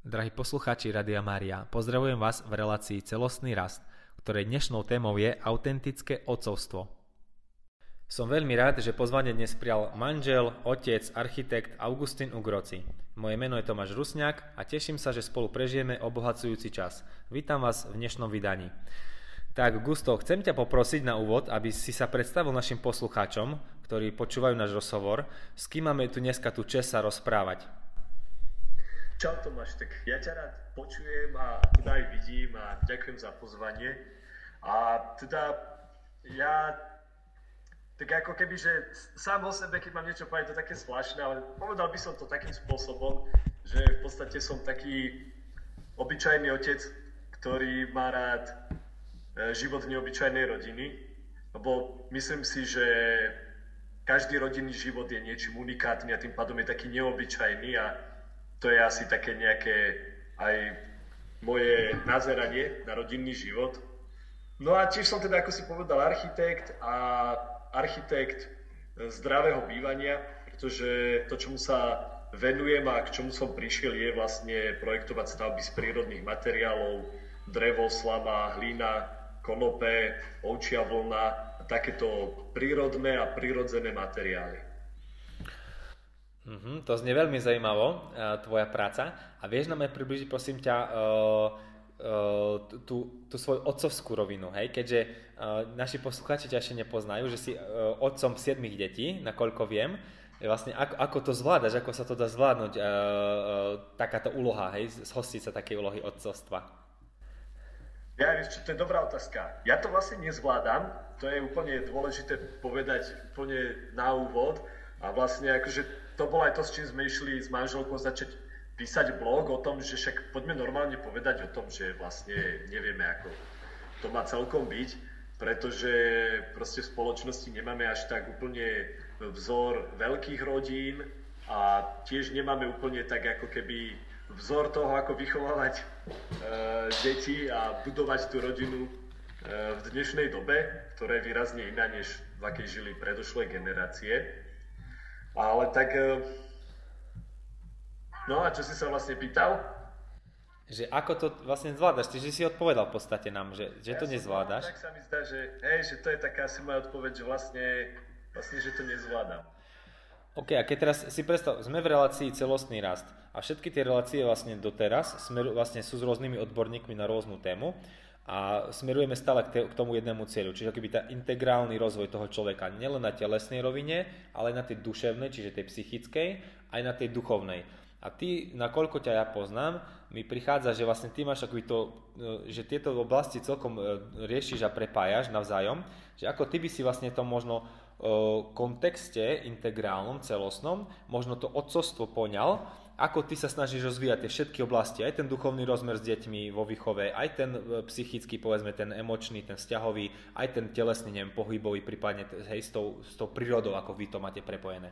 Drahí poslucháči Rádia Mária, pozdravujem vás v relácii Celostný rast, ktorej dnešnou témou je autentické otcovstvo. Som veľmi rád, že pozvanie dnes prijal manžel, otec, architekt Augustín Ugroci. Moje meno je Tomáš Rusňák a teším sa, že spolu prežijeme obohacujúci čas. Vítam vás v dnešnom vydaní. Tak, Gusto, chcem ťa poprosiť na úvod, aby si sa predstavil našim poslucháčom, ktorí počúvajú náš rozhovor, s kým máme tu dneska tú česť sa rozprávať. Čau Tomáš, tak ja ťa rád počujem a teda aj vidím a ďakujem za pozvanie. A teda ja tak ako keby, že sám o sebe, keď mám niečo povedať, to je také zvláštne, ale povedal by som to takým spôsobom, že v podstate som taký obyčajný otec, ktorý má rád život neobyčajnej rodiny, lebo myslím si, že každý rodinný život je niečím unikátny a tým pádom je taký neobyčajný a to je asi také nejaké aj moje nazeranie na rodinný život. No a tiež som teda, ako si povedal, architekt zdravého bývania, pretože to, čomu sa venujem a k čomu som prišiel, je vlastne projektovať stavby z prírodných materiálov, drevo, slama, hlina, konope, ovčia vlna a takéto prírodné a prírodzené materiály. To znie veľmi zaujímavo, tvoja práca. A vieš nám aj približiť, prosím ťa, tú svoju otcovskú rovinu, hej? Keďže naši poslucháči ťa ešte nepoznajú, že si otcom 7 detí, nakoľko viem. Vlastne ako to zvládaš, ako sa to dá zvládnuť, takáto úloha, hej? Zhostiť sa takej úlohy otcovstva. Ja vieš čo, to je dobrá otázka. Ja to vlastne nezvládam, to je úplne dôležité povedať úplne na úvod. A vlastne akože to bolo aj to, s čím sme išli s manželkou začať písať blog o tom, že však poďme normálne povedať o tom, že vlastne nevieme, ako to má celkom byť, pretože proste v spoločnosti nemáme až tak úplne vzor veľkých rodín a tiež nemáme úplne tak ako keby vzor toho, ako vychovávať deti a budovať tú rodinu v dnešnej dobe, ktorá je výrazne iná, než v akej žili predošlé generácie. Ale tak, no a čo si sa vlastne pýtal? Že ako to vlastne zvládaš? Ty si odpovedal v podstate nám, že ja to nezvládaš. Tak sa mi zdá, že to je taká asi moja odpoveď, že vlastne, že to nezvládam. OK, a keď teraz si predstav, sme v relácii Celostný rast a všetky tie relácie vlastne doteraz sú s rôznymi odborníkmi na rôznu tému a smerujeme stále k tomu jednému cieľu, čiže akoby tá integrálny rozvoj toho človeka nielen na telesnej rovine, ale aj na tej duševnej, čiže tej psychickej, aj na tej duchovnej. A ty, nakoľko ťa ja poznám, mi prichádza, že vlastne ty máš akoby to, že tieto oblasti celkom riešiš a prepájaš navzájom, že ako ty by si vlastne to možno kontexte integrálnom, celostnom, možno to otcovstvo poňal, ako ty sa snažíš rozvíjať tie všetky oblasti, aj ten duchovný rozmer s deťmi vo výchove, aj ten psychický, povedzme, ten emočný, ten vzťahový, aj ten telesný, neviem, pohybový, prípadne hej, s tou prírodou, ako vy to máte prepojené.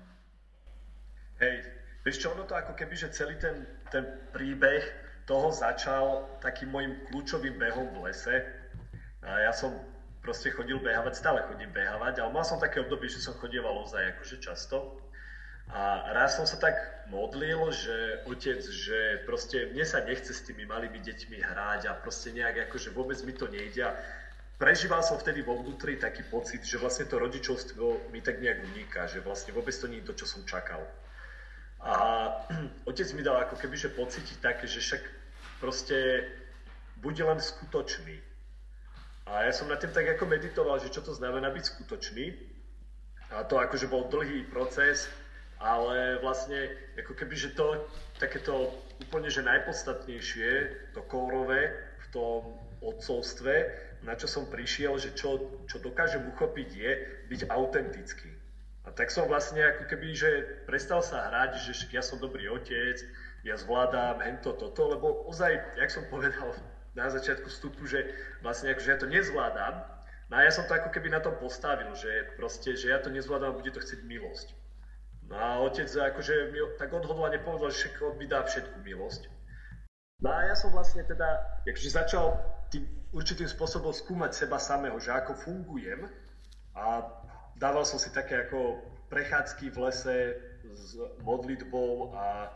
Hej, vieš čo, ono to ako keby, že celý ten príbeh toho začal takým môjim kľúčovým behom v lese. A ja som proste chodil behávať, stále chodím behávať, ale mal som také obdobie, že som chodieval ozaj akože často. A raz som sa tak modlil, že otec, že proste mne sa nechce s tými malými deťmi hrať a proste nejak akože vôbec mi to nejde. A prežíval som vtedy vo vnútri taký pocit, že vlastne to rodičovstvo mi tak nejak uniká, že vlastne vôbec to nie je to, čo som čakal. A otec mi dal ako keby, že pocítiť také, že však proste buď len skutočný. A ja som nad tým tak ako meditoval, že čo to znamená byť skutočný. A to akože bol dlhý proces, ale vlastne ako keby, že to takéto úplne, že najpodstatnejšie, to kórové v tom otcovstve, na čo som prišiel, že čo dokážem uchopiť je byť autentický. A tak som vlastne ako keby, že prestal sa hrať, že ja som dobrý otec, ja zvládam toto, lebo ozaj, jak som povedal na začiatku vstupu, že vlastne akože ja to nezvládam, no a ja som to ako keby na tom postavil, že proste, že ja to nezvládam a bude to chcieť milosť. No a otec akože mi tak odhodlane povedal, že on mi dá všetku milosť. No a ja som vlastne teda akože začal tým určitým spôsobom skúmať seba samého, že ako fungujem a dával som si také ako prechádzky v lese s modlitbou a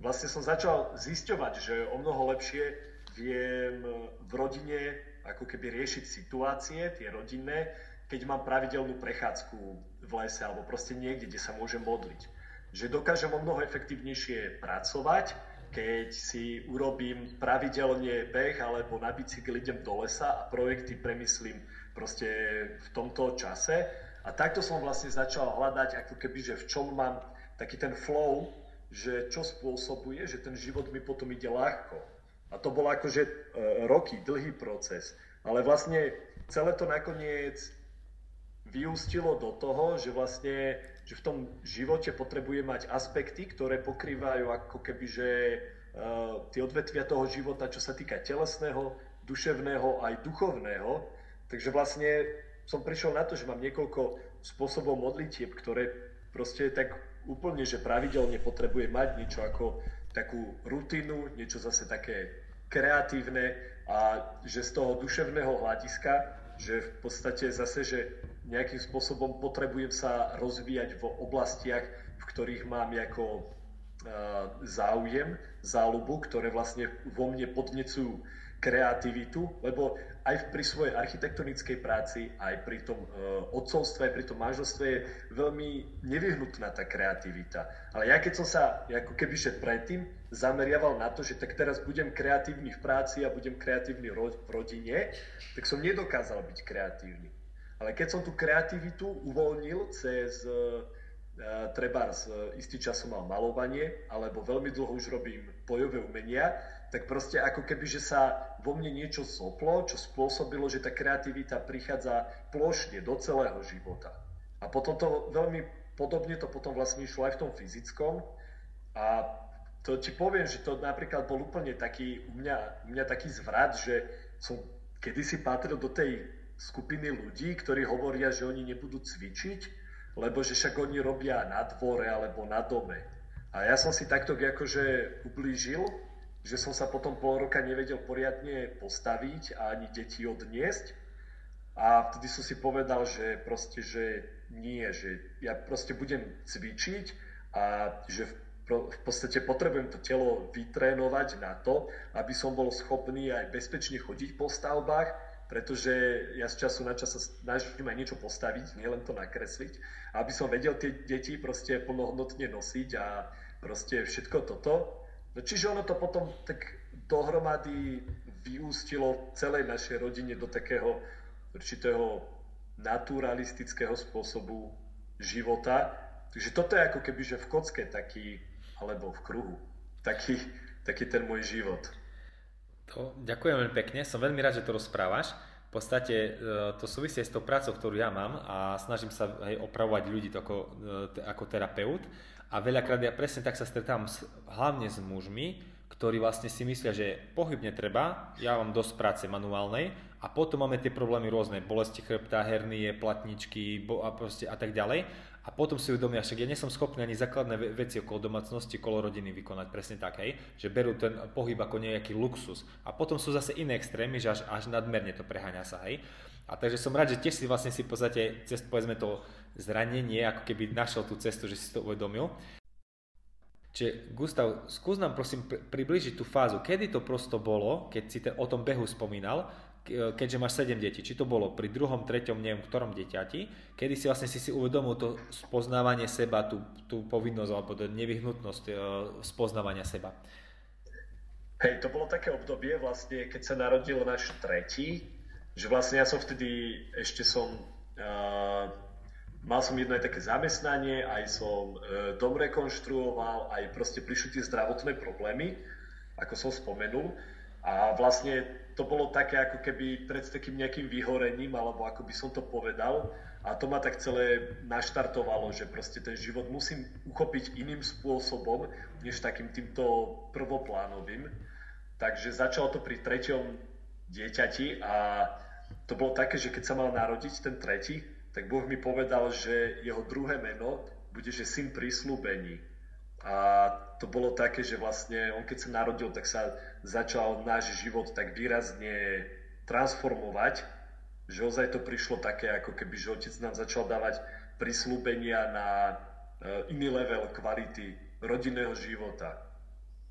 vlastne som začal zisťovať, že o mnoho lepšie viem v rodine ako keby riešiť situácie, tie rodinné, keď mám pravidelnú prechádzku v lese alebo proste niekde, kde sa môžem modliť. Že dokážem o mnoho efektívnejšie pracovať, keď si urobím pravidelne beh alebo na bicykel idem do lesa a projekty premyslím proste v tomto čase. A takto som vlastne začal hľadať ako keby, že v čom mám taký ten flow, že čo spôsobuje, že ten život mi potom ide ľahko. A to bol akože roky, dlhý proces. Ale vlastne celé to nakoniec vyústilo do toho, že vlastne že v tom živote potrebuje mať aspekty, ktoré pokrývajú ako keby, že tie odvetvia toho života, čo sa týka telesného, duševného aj duchovného. Takže vlastne som prišiel na to, že mám niekoľko spôsobov modlitieb, ktoré proste tak úplne, že pravidelne potrebujem mať niečo ako takú rutinu, niečo zase také kreatívne a že z toho duševného hľadiska, že v podstate zase, že nejakým spôsobom potrebujem sa rozvíjať v oblastiach, v ktorých mám ako záujem, záľubu, ktoré vlastne vo mne podnecujú kreativitu, lebo aj pri svojej architektonickej práci, aj pri tom otcovstve, aj pri tom manželstve je veľmi nevyhnutná tá kreativita. Ale ja keď som sa ako kebyže predtým zameriaval na to, že tak teraz budem kreatívny v práci a budem kreatívny v rodine, tak som nedokázal byť kreatívny. Ale keď som tú kreativitu uvoľnil cez trebárs istý čas som mal malovanie, alebo veľmi dlho už robím bojové umenia, tak proste ako keby, že sa vo mne niečo zoplo, čo spôsobilo, že tá kreativita prichádza plošne do celého života. A potom to veľmi podobne to potom vlastne išlo aj v tom fyzickom. A to ti poviem, že to napríklad bol úplne taký u mňa taký zvrat, že som kedysi patril do tej skupiny ľudí, ktorí hovoria, že oni nebudú cvičiť, lebo že však oni robia na dvore alebo na dome. A ja som si takto akože ublížil, že som sa potom pol roka nevedel poriadne postaviť a ani deti odniesť. A vtedy som si povedal, že proste, že nie, že ja proste budem cvičiť a že v podstate potrebujem to telo vytrénovať na to, aby som bol schopný aj bezpečne chodiť po stavbách, pretože ja z času na čas sa snažím aj niečo postaviť, nielen to nakresliť, aby som vedel tie deti proste plnohodnotne nosiť a proste všetko toto. No čiže ono to potom tak dohromady vyústilo v celej našej rodine do takého určitého naturalistického spôsobu života. Takže toto je ako keby, že v kocke taký, alebo v kruhu, taký ten môj život. Ďakujem veľmi pekne, som veľmi rád, že to rozprávaš. V podstate to súvisí s tou prácou, ktorú ja mám a snažím sa opravovať ľudí ako terapeut. A veľakrát ja presne tak sa stretávam hlavne s mužmi, ktorí vlastne si myslia, že pohyb netreba, ja mám dosť práce manuálnej a potom máme tie problémy rôzne, bolesti chrbta, hernie, platničky a tak ďalej. A potom si uvedomia, že ja nie som schopný ani základné veci okolo domácnosti, okolo rodiny vykonať presne tak, hej, že berú ten pohyb ako nejaký luxus. A potom sú zase iné extrémy, že až nadmerne to preháňa sa, hej. A takže som rád, že tiež si vlastne si v podstate cez, povedzme to zranenie, ako keby našiel tú cestu, že si to uvedomil. Čiže Gustav, skús nám prosím priblížiť tú fázu, kedy to prosto bolo, keď si o tom behu spomínal, keďže máš 7 detí, či to bolo pri 2., 3., neviem ktorom deťati, kedy si vlastne si uvedomil to spoznávanie seba, tú povinnosť alebo tú nevyhnutnosť spoznávania seba. Hej, to bolo také obdobie vlastne, keď sa narodil náš tretí, že vlastne ja som vtedy ešte mal som jedno aj také zamestnanie, aj som dom rekonštruoval, aj proste prišli tie zdravotné problémy, ako som spomenul. A vlastne to bolo také ako keby pred takým nejakým vyhorením, alebo ako by som to povedal. A to ma tak celé naštartovalo, že proste ten život musím uchopiť iným spôsobom, než takým týmto prvoplánovým. Takže začalo to pri 3. dieťati a to bolo také, že keď sa mal narodiť ten tretí, tak Boh mi povedal, že jeho druhé meno bude, že syn prisľúbení. A to bolo také, že vlastne on keď sa narodil, tak sa začal náš život tak výrazne transformovať, že ozaj to prišlo také, ako keby, že otec nám začal dávať prisľúbenia na iný level kvality rodinného života.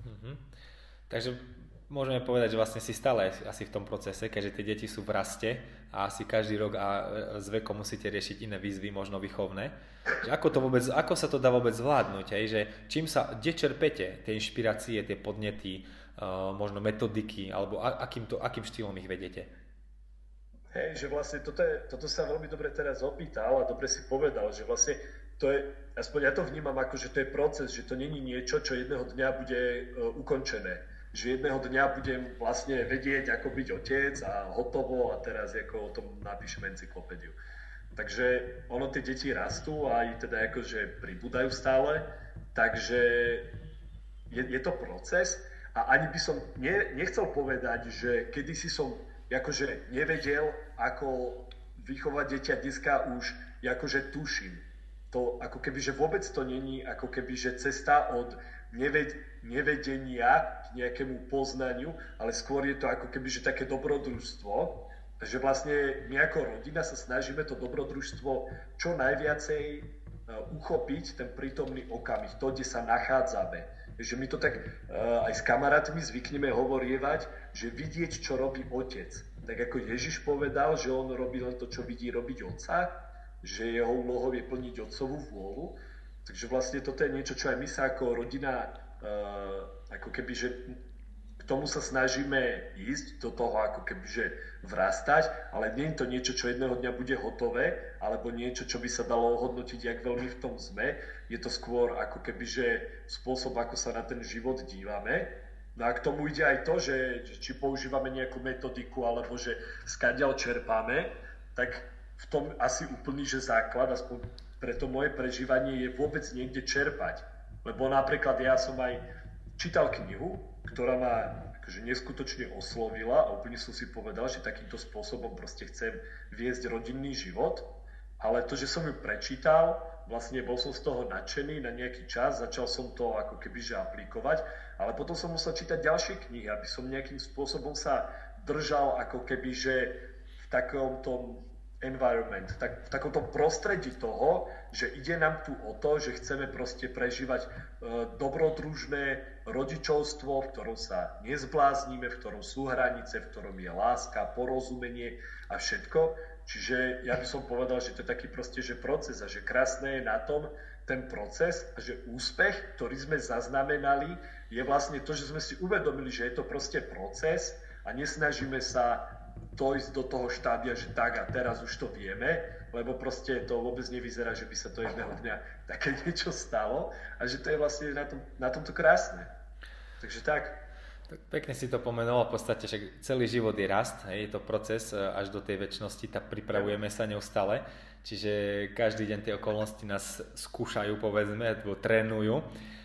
Mhm. Takže môžeme povedať, že vlastne si stále asi v tom procese, keďže tie deti sú v raste a asi každý rok a s vekom musíte riešiť iné výzvy, možno výchovné. Že ako sa to dá vôbec zvládnuť, že kde čerpete tie inšpirácie, tie podnety, možno metodiky, alebo akým štýlom ich vedete? Hej, že vlastne toto sa veľmi dobre teraz opýtal a dobre si povedal, že vlastne to je, aspoň ja to vnímam ako, že to je proces, že to není niečo, čo jedného dňa bude ukončené. Že jedného dňa budem vlastne vedieť, ako byť otec a hotovo a teraz ako o tom napíšem encyklopédiu. Takže ono, tie deti rastú a aj teda akože pribúdajú stále, takže je to proces a ani by som nechcel povedať, že kedysi som akože nevedel, ako vychovať dieťa, dneska už akože tuším. To ako keby, že vôbec to není ako keby, že cesta od nevedenia k nejakému poznaniu, ale skôr je to ako keby, že také dobrodružstvo, že vlastne my ako rodina sa snažíme to dobrodružstvo čo najviacej uchopiť, ten prítomný okamih, to, kde sa nachádzame. Že my to tak aj s kamarátmi zvykneme hovorievať, že vidieť, čo robí otec. Tak ako Ježiš povedal, že on robí len to, čo vidí robiť otca, že jeho úlohou je plniť otcovú vôľu. Takže vlastne toto je niečo, čo aj my sa ako rodina ako keby, že k tomu sa snažíme ísť, do toho ako keby, že vrastať, ale nie je to niečo, čo jedného dňa bude hotové, alebo niečo, čo by sa dalo ohodnotiť, jak veľmi v tom sme. Je to skôr ako keby, že spôsob, ako sa na ten život dívame. No a k tomu ide aj to, že či používame nejakú metodiku, alebo že skadiaľ čerpáme, tak v tom asi úplný, že základ, aspoň pre to moje prežívanie, je vôbec niekde čerpať. Lebo napríklad ja som aj čítal knihu, ktorá ma akože neskutočne oslovila a úplne som si povedal, že takýmto spôsobom proste chcem viesť rodinný život. Ale to, že som ju prečítal, vlastne bol som z toho nadšený na nejaký čas, začal som to ako keby že aplikovať, ale potom som musel čítať ďalšie knihy, aby som nejakým spôsobom sa držal ako keby že v takomto environment, v takomto prostredí toho, že ide nám tu o to, že chceme proste prežívať dobrodružné rodičovstvo, v ktorom sa nezbláznime, v ktorom sú hranice, v ktorom je láska, porozumenie a všetko. Čiže ja by som povedal, že to je taký proste, že proces a že krásne je na tom ten proces a že úspech, ktorý sme zaznamenali, je vlastne to, že sme si uvedomili, že je to proste proces a nesnažíme sa dojsť do toho štádia, že tak a teraz už to vieme, lebo proste to vôbec nevyzerá, že by sa to jedného dňa také niečo stalo a že to je vlastne na tomto krásne. Takže tak. Pekne si to pomenoval, v podstate, že celý život je rast, je to proces až do tej večnosti, tak pripravujeme sa neustále, čiže každý deň tie okolnosti nás skúšajú, povedzme, alebo trénujú.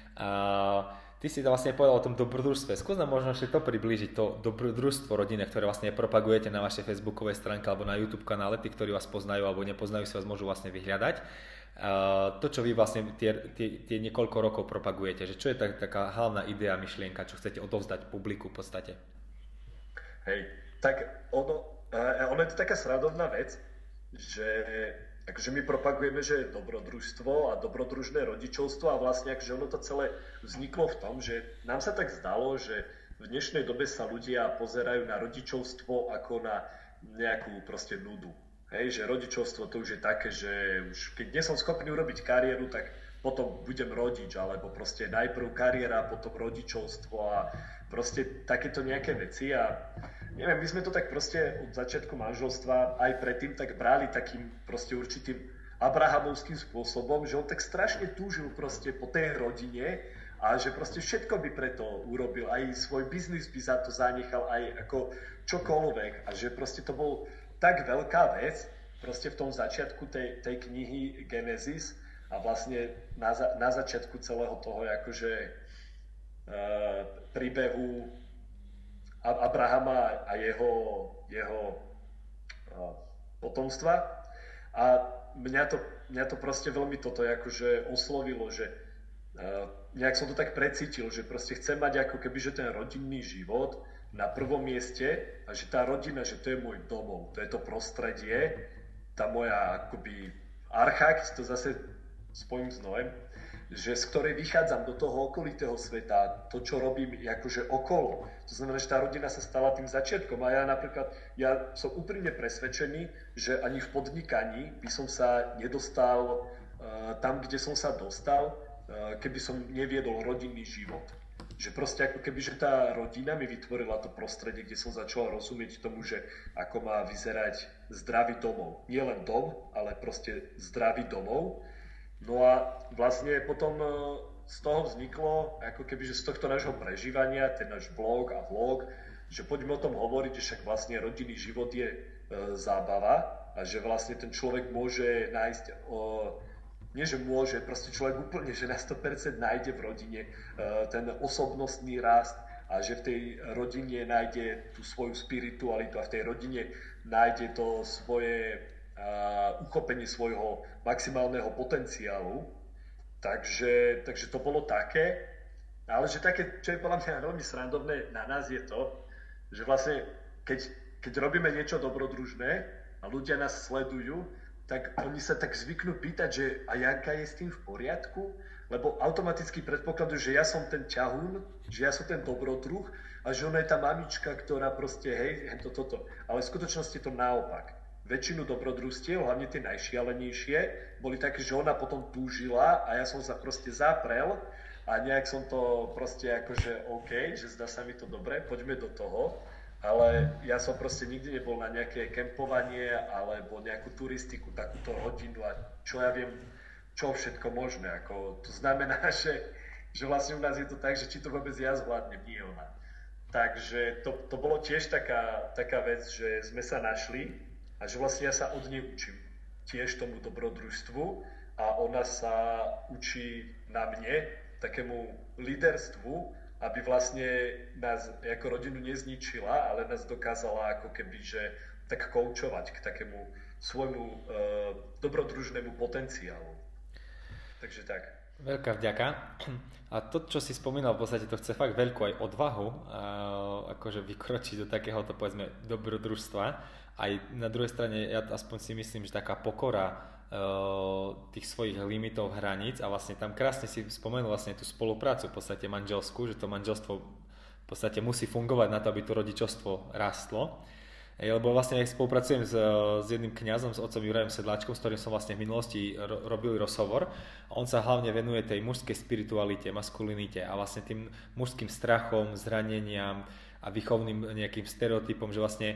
Ty si to vlastne povedal o tom dobrodružstve. Skús nám možno ešte to priblížiť, to dobrodružstvo rodinné, ktoré vlastne propagujete na vašej facebookovej stránke alebo na YouTube kanále, tí, ktorí vás poznajú alebo nepoznajú, si vás môžu vlastne vyhľadať. To, čo vy vlastne tie niekoľko rokov propagujete, že čo je taká hlavná idea, myšlienka, čo chcete odovzdať publiku v podstate? Hej, tak ono je to taká srandovná vec, že akože my propagujeme, že je dobrodružstvo a dobrodružné rodičovstvo a vlastne akože ono to celé vzniklo v tom, že nám sa tak zdalo, že v dnešnej dobe sa ľudia pozerajú na rodičovstvo ako na nejakú proste nudu. Hej, že rodičovstvo to už je také, že už keď nie som schopný urobiť kariéru, tak potom budem rodič, alebo proste najprv kariéra, potom rodičovstvo a proste takéto nejaké veci a neviem, my sme to tak proste od začiatku manželstva aj predtým tak brali takým proste určitým abrahamovským spôsobom, že on tak strašne túžil proste po tej rodine a že proste všetko by preto urobil, aj svoj biznis by za to zanechal, aj ako čokoľvek a že proste to bol tak veľká vec proste v tom začiatku tej knihy Genesis a vlastne na začiatku celého toho akože príbehu Abrahama a jeho potomstva. A mňa to proste veľmi toto akože oslovilo, že nejak som to tak precítil, že proste chcem mať ako keby, že ten rodinný život na prvom mieste a že tá rodina, že to je môj domov, to je to prostredie, tá moja akoby archa, keď to zase spojím s Noem, z ktorej vychádzam do toho okolitého sveta, to, čo robím akože okolo. To znamená, že tá rodina sa stala tým začiatkom a ja som úprimne presvedčený, že ani v podnikaní by som sa nedostal tam, kde som sa dostal, keby som neviedol rodinný život. Že proste ako keby, že tá rodina mi vytvorila to prostredie, kde som začal rozumieť tomu, že ako má vyzerať zdravý domov. Nie len dom, ale proste zdravý domov. No a vlastne potom z toho vzniklo, ako keby, že z tohto nášho prežívania, ten náš blog a vlog, že poďme o tom hovoriť, že však vlastne rodinný život je zábava a že vlastne ten človek môže nájsť, nie že môže, proste človek úplne, že na 100% nájde v rodine ten osobnostný rast a že v tej rodine nájde tú svoju spiritualitu a v tej rodine nájde to svoje uchopenie svojho maximálneho potenciálu. Takže to bolo také, ale že také, čo je podľa mňa veľmi srandovné na nás je to, že vlastne keď robíme niečo dobrodružné a ľudia nás sledujú, tak oni sa tak zvyknú pýtať, že a Janka je s tým v poriadku? Lebo automaticky predpokladujú, že ja som ten ťahún, že ja som ten dobrodruh a že ona je tá mamička, ktorá proste hej, toto. Ale v skutočnosti je to naopak. Väčšinu dobrodružstiev, hlavne tie najšialenejšie, boli také, že ona potom túžila a ja som sa proste zaprel a nejak som to proste akože OK, že zdá sa mi to dobre, poďme do toho. Ale ja som proste nikdy nebol na nejaké kempovanie alebo nejakú turistiku, takúto hodinu a čo ja viem, čo všetko možné. To znamená, že vlastne u nás je to tak, že či to vôbec ja zvládnem, nie ona. Takže to bolo tiež taká vec, že sme sa našli a že vlastne ja sa od nej učím tiež tomu dobrodružstvu a ona sa učí na mne takému líderstvu, aby vlastne nás ako rodinu nezničila, ale nás dokázala ako keby, že tak koučovať k takému svojmu dobrodružnému potenciálu. Takže tak. Veľká vďaka. A to, čo si spomínal, v podstate to chce fakt veľkú aj odvahu, akože vykročiť do takéhoto, povedzme, dobrodružstva. Aj na druhej strane, ja aspoň si myslím, že taká pokora tých svojich limitov, hraníc a vlastne tam krásne si spomenul vlastne tú spoluprácu v podstate manželskú, že to manželstvo v podstate musí fungovať na to, aby to rodičovstvo rastlo. Lebo vlastne aj spolupracujem s jedným kňazom, s otcom Jurajom Sedláčkom, s ktorým som vlastne v minulosti robil rozhovor. On sa hlavne venuje tej mužskej spiritualite, maskulinite a vlastne tým mužským strachom, zraneniam a výchovným nejakým stereotypom, že vlastne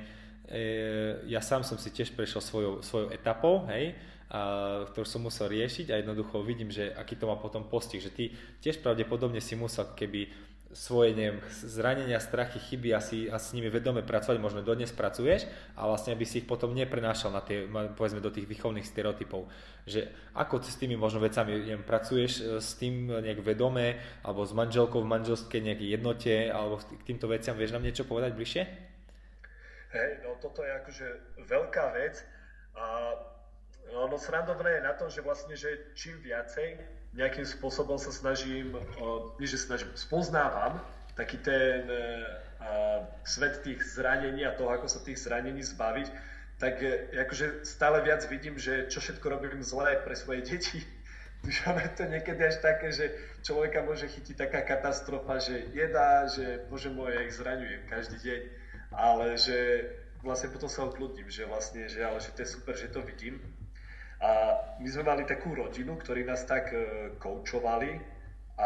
ja sám som si tiež prešiel svojou etapou, hej, ktorú som musel riešiť a jednoducho vidím, že aký to má potom postih, že ty tiež pravdepodobne si musel keby svoje, neviem, zranenia, strachy, chyby a s nimi vedome pracovať, možno dodnes pracuješ a vlastne aby si ich potom neprenášal na tie, povedzme, do tých výchovných stereotypov. Že ako s tými možno vecami, neviem, pracuješ s tým nejak vedome, alebo s manželkou v manželstve nejakej jednote, alebo k týmto veciam vieš nám niečo povedať bližšie? Hej, no toto je akože veľká vec a ono srandovné je na tom, že vlastne, že čím viacej nejakým spôsobom sa snažím, spoznávam taký ten svet tých zranení a toho, ako sa tých zranení zbaviť, tak akože stále viac vidím, že čo všetko robím zlé pre svoje deti. Už je to niekedy až také, že človeka môže chytiť taká katastrofa, že jedá, že bože môj, ja ich zraňujem každý deň, ale že vlastne potom sa odľudím, že vlastne, že ale že to je super, že to vidím. A my sme mali takú rodinu, ktorí nás tak koučovali a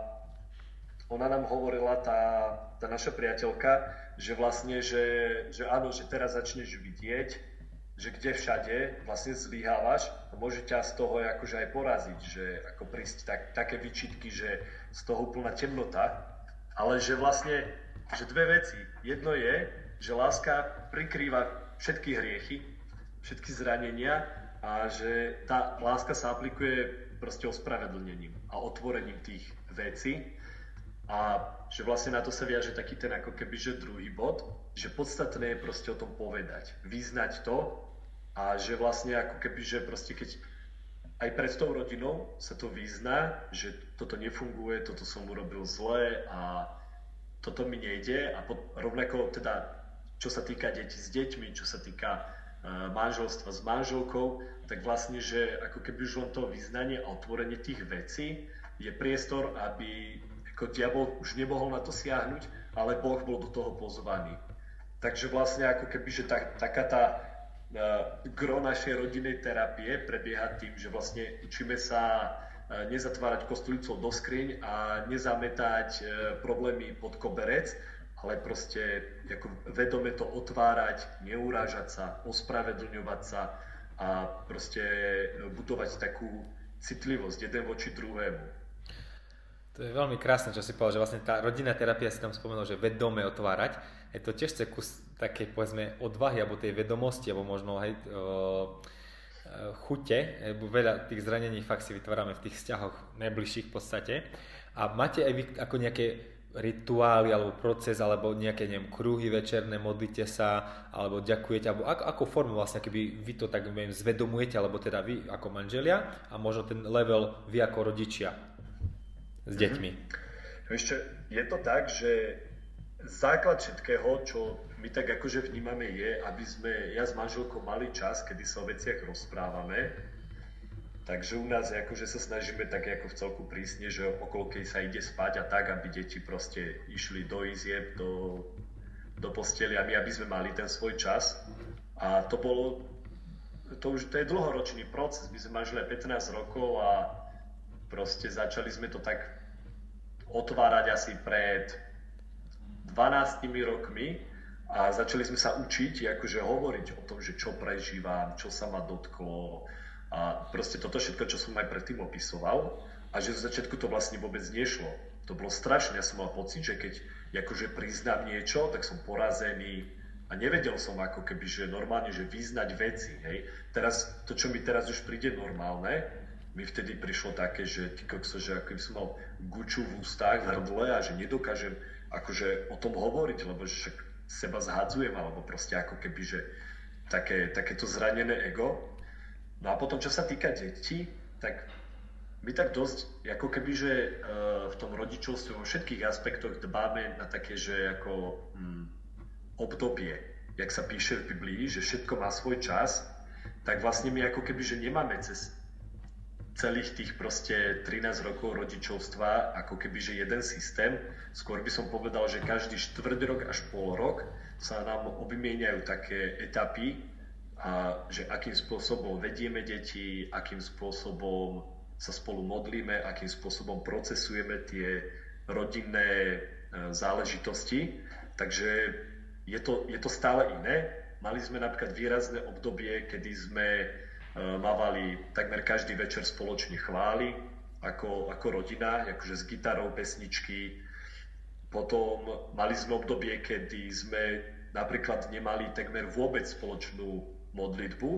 ona nám hovorila, tá naša priateľka, že vlastne, že áno, že teraz začneš vidieť, že kde všade vlastne zlyhávaš a môže ťa z toho akože aj poraziť, že ako prísť také výčitky, že z toho úplná temnota, ale že vlastne, že dve veci. Jedno je, že láska prikrýva všetky hriechy, všetky zranenia, a že tá láska sa aplikuje proste ospravedlnením a otvorením tých vecí a že vlastne na to sa viaže taký ten ako keby, že druhý bod, že podstatné je proste o tom povedať, vyznať to a že vlastne ako keby, že proste keď aj pred tou rodinou sa to vyzná, že toto nefunguje, toto som urobil zle a toto mi nejde a rovnako teda čo sa týka detí s deťmi, čo sa týka manželstva s manželkou, tak vlastne, že ako keby už len to vyznanie a otvorenie tých vecí je priestor, aby ako diabol už nemohol na to siahnuť, ale Boh bol do toho pozvaný. Takže vlastne ako keby, že taká tá gro našej rodinnej terapie prebieha tým, že vlastne učíme sa nezatvárať kostolícov do skriň a nezametať problémy pod koberec, ale proste ako vedome to otvárať, neurážať sa, ospravedlňovať sa a proste budovať takú citlivosť jeden voči druhému. To je veľmi krásne, čo si povedal, že vlastne tá rodinná terapia, si tam spomenul, že vedome otvárať. Je to tiež kus také, povedzme, odvahy, alebo tej vedomosti, alebo možno hej, chute, veľa tých zranení fakt si vytvárame v tých vzťahoch najbližších v podstate. A máte aj vy ako nejaké rituály, alebo proces, alebo nejaké, neviem, kruhy večerné, modlíte sa, alebo ďakujete, alebo ako formu vlastne, keby vy to tak, neviem, zvedomujete, alebo teda vy ako manželia a možno ten level vy ako rodičia s deťmi. Ešte je to tak, že základ všetkého, čo my tak akože vnímame je, aby sme ja s manželkou mali čas, kedy sa o veciach rozprávame. Takže u nás akože sa snažíme tak ako v celku prísne, že okolo keď sa ide spať a tak, aby deti proste išli do izieb, do posteli a my, aby sme mali ten svoj čas. A to je dlhoročný proces. My sme manželia 15 rokov a proste začali sme to tak otvárať asi pred 12 rokmi a začali sme sa učiť, akože hovoriť o tom, že čo prežívam, čo sa ma dotklo a proste toto všetko, čo som aj predtým opisoval a že z začiatku to vlastne vôbec nešlo. To bolo strašné, ja som mal pocit, že keď akože priznám niečo, tak som porazený a nevedel som ako keby, že normálne, že vyznať veci, hej. Teraz, to čo mi teraz už príde normálne, mi vtedy prišlo také, že ty kokso, že ako som mal guču v ústach, v hrdle a že nedokážem akože o tom hovoriť, lebo že seba zhadzujem, alebo proste ako keby, že takéto zranené ego. No a potom, čo sa týka detí, tak my tak dosť, ako keby, že v tom rodičovstve vo všetkých aspektoch dbáme na také, že ako obdobie, jak sa píše v Biblii, že všetko má svoj čas, tak vlastne my ako keby, že nemáme cez celých tých proste 13 rokov rodičovstva ako keby, že jeden systém. Skôr by som povedal, že každý štvrť rok až pol rok sa nám obymieňajú také etapy, a že akým spôsobom vedieme deti, akým spôsobom sa spolu modlíme, akým spôsobom procesujeme tie rodinné záležitosti. Takže je to stále iné. Mali sme napríklad výrazné obdobie, kedy sme mávali takmer každý večer spoločne chvály ako rodina, akože s gitarou, pesničky. Potom mali sme obdobie, kedy sme napríklad nemali takmer vôbec spoločnú modlitbu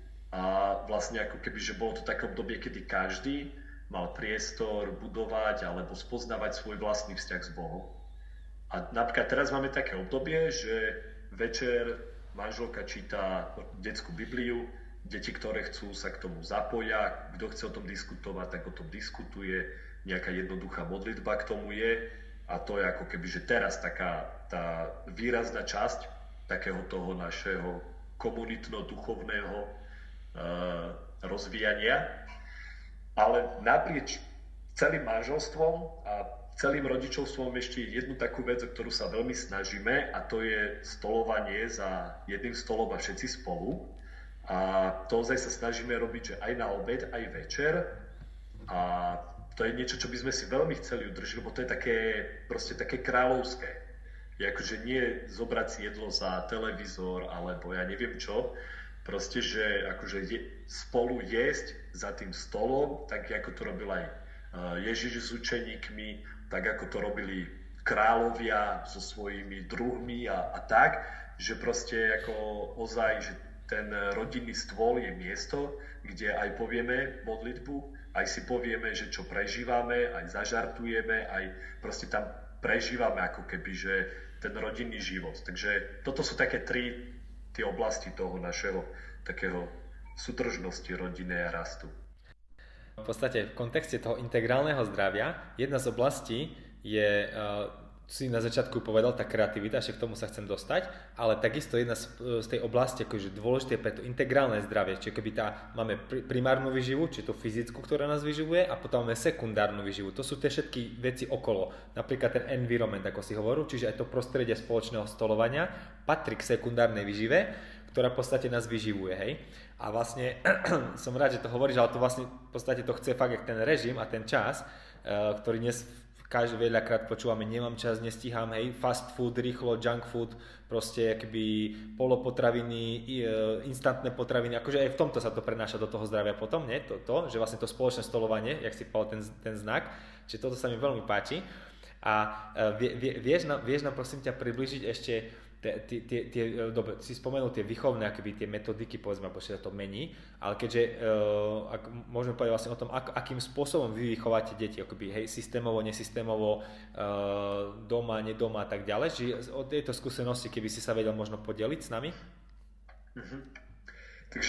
a vlastne ako keby, že bolo to také obdobie, kedy každý mal priestor budovať alebo spoznávať svoj vlastný vzťah s Bohom. A napríklad teraz máme také obdobie, že večer manželka číta detskú Bibliu, deti, ktoré chcú, sa k tomu zapoja, kto chce o tom diskutovať, tak o tom diskutuje, nejaká jednoduchá modlitba k tomu je a to je ako keby, že teraz taká tá výrazná časť takého toho našeho komunitno-duchovného rozvíjania, ale naprieč celým manželstvom a celým rodičovstvom ešte jednu takú vec, o ktorú sa veľmi snažíme a to je stolovanie za jedným stolom a všetci spolu a to sa snažíme robiť, že aj na obed, aj večer a to je niečo, čo by sme si veľmi chceli udržiť, lebo to je také kráľovské. Je akože nie zobrať si jedlo za televízor alebo ja neviem čo, proste, že akože spolu jesť za tým stolom, tak ako to robil aj Ježiš s učeníkmi, tak ako to robili kráľovia so svojimi druhmi a tak, že proste ako ozaj, že ten rodinný stôl je miesto, kde aj povieme modlitbu, aj si povieme, že čo prežívame, aj zažartujeme, aj proste tam prežívame ako keby, že ten rodinný život. Takže toto sú také tie oblasti toho našeho takého súdržnosti rodiny a rastu. V podstate v kontexte toho integrálneho zdravia jedna z oblastí je si na začiatku povedal, tá kreativita, ešte k tomu sa chcem dostať, ale takisto jedna z tej oblasti, akože dôležité pre to integrálne zdravie, čiže keby máme primárnu výživu, či tú fyzickú, ktorá nás vyživuje, a potom máme sekundárnu výživu. To sú tie všetky veci okolo, napríklad ten environment, ako si hovoril, čiže aj to prostredie spoločného stolovania patrí k sekundárnej výžive, ktorá v podstate nás vyživuje, hej. A vlastne som rád, že to hovoríš, ale to vlastne v podstate to chce fakt ten režim a ten čas, ktorý dnes veľakrát počúvame, nemám čas, nestíham, hej, fast food, rýchlo, junk food, proste akoby polopotraviny, instantné potraviny, akože aj v tomto sa to prenáša do toho zdravia potom, nie? To, že vlastne to spoločné stolovanie, jak si povedal ten znak, čiže toto sa mi veľmi páči. A vieš nám prosím ťa približiť ešte dobre, si spomenul tie výchovné akoby tie metodiky, povedzme, počne sa to mení, ale keďže ak môžeme povedať vlastne o tom, akým spôsobom vy vychovávate deti, akoby, hej, systémovo, nesystémovo, doma, nedoma a tak ďalej, čiže o tejto skúsenosti, keby si sa vedel možno podeliť s nami? Takže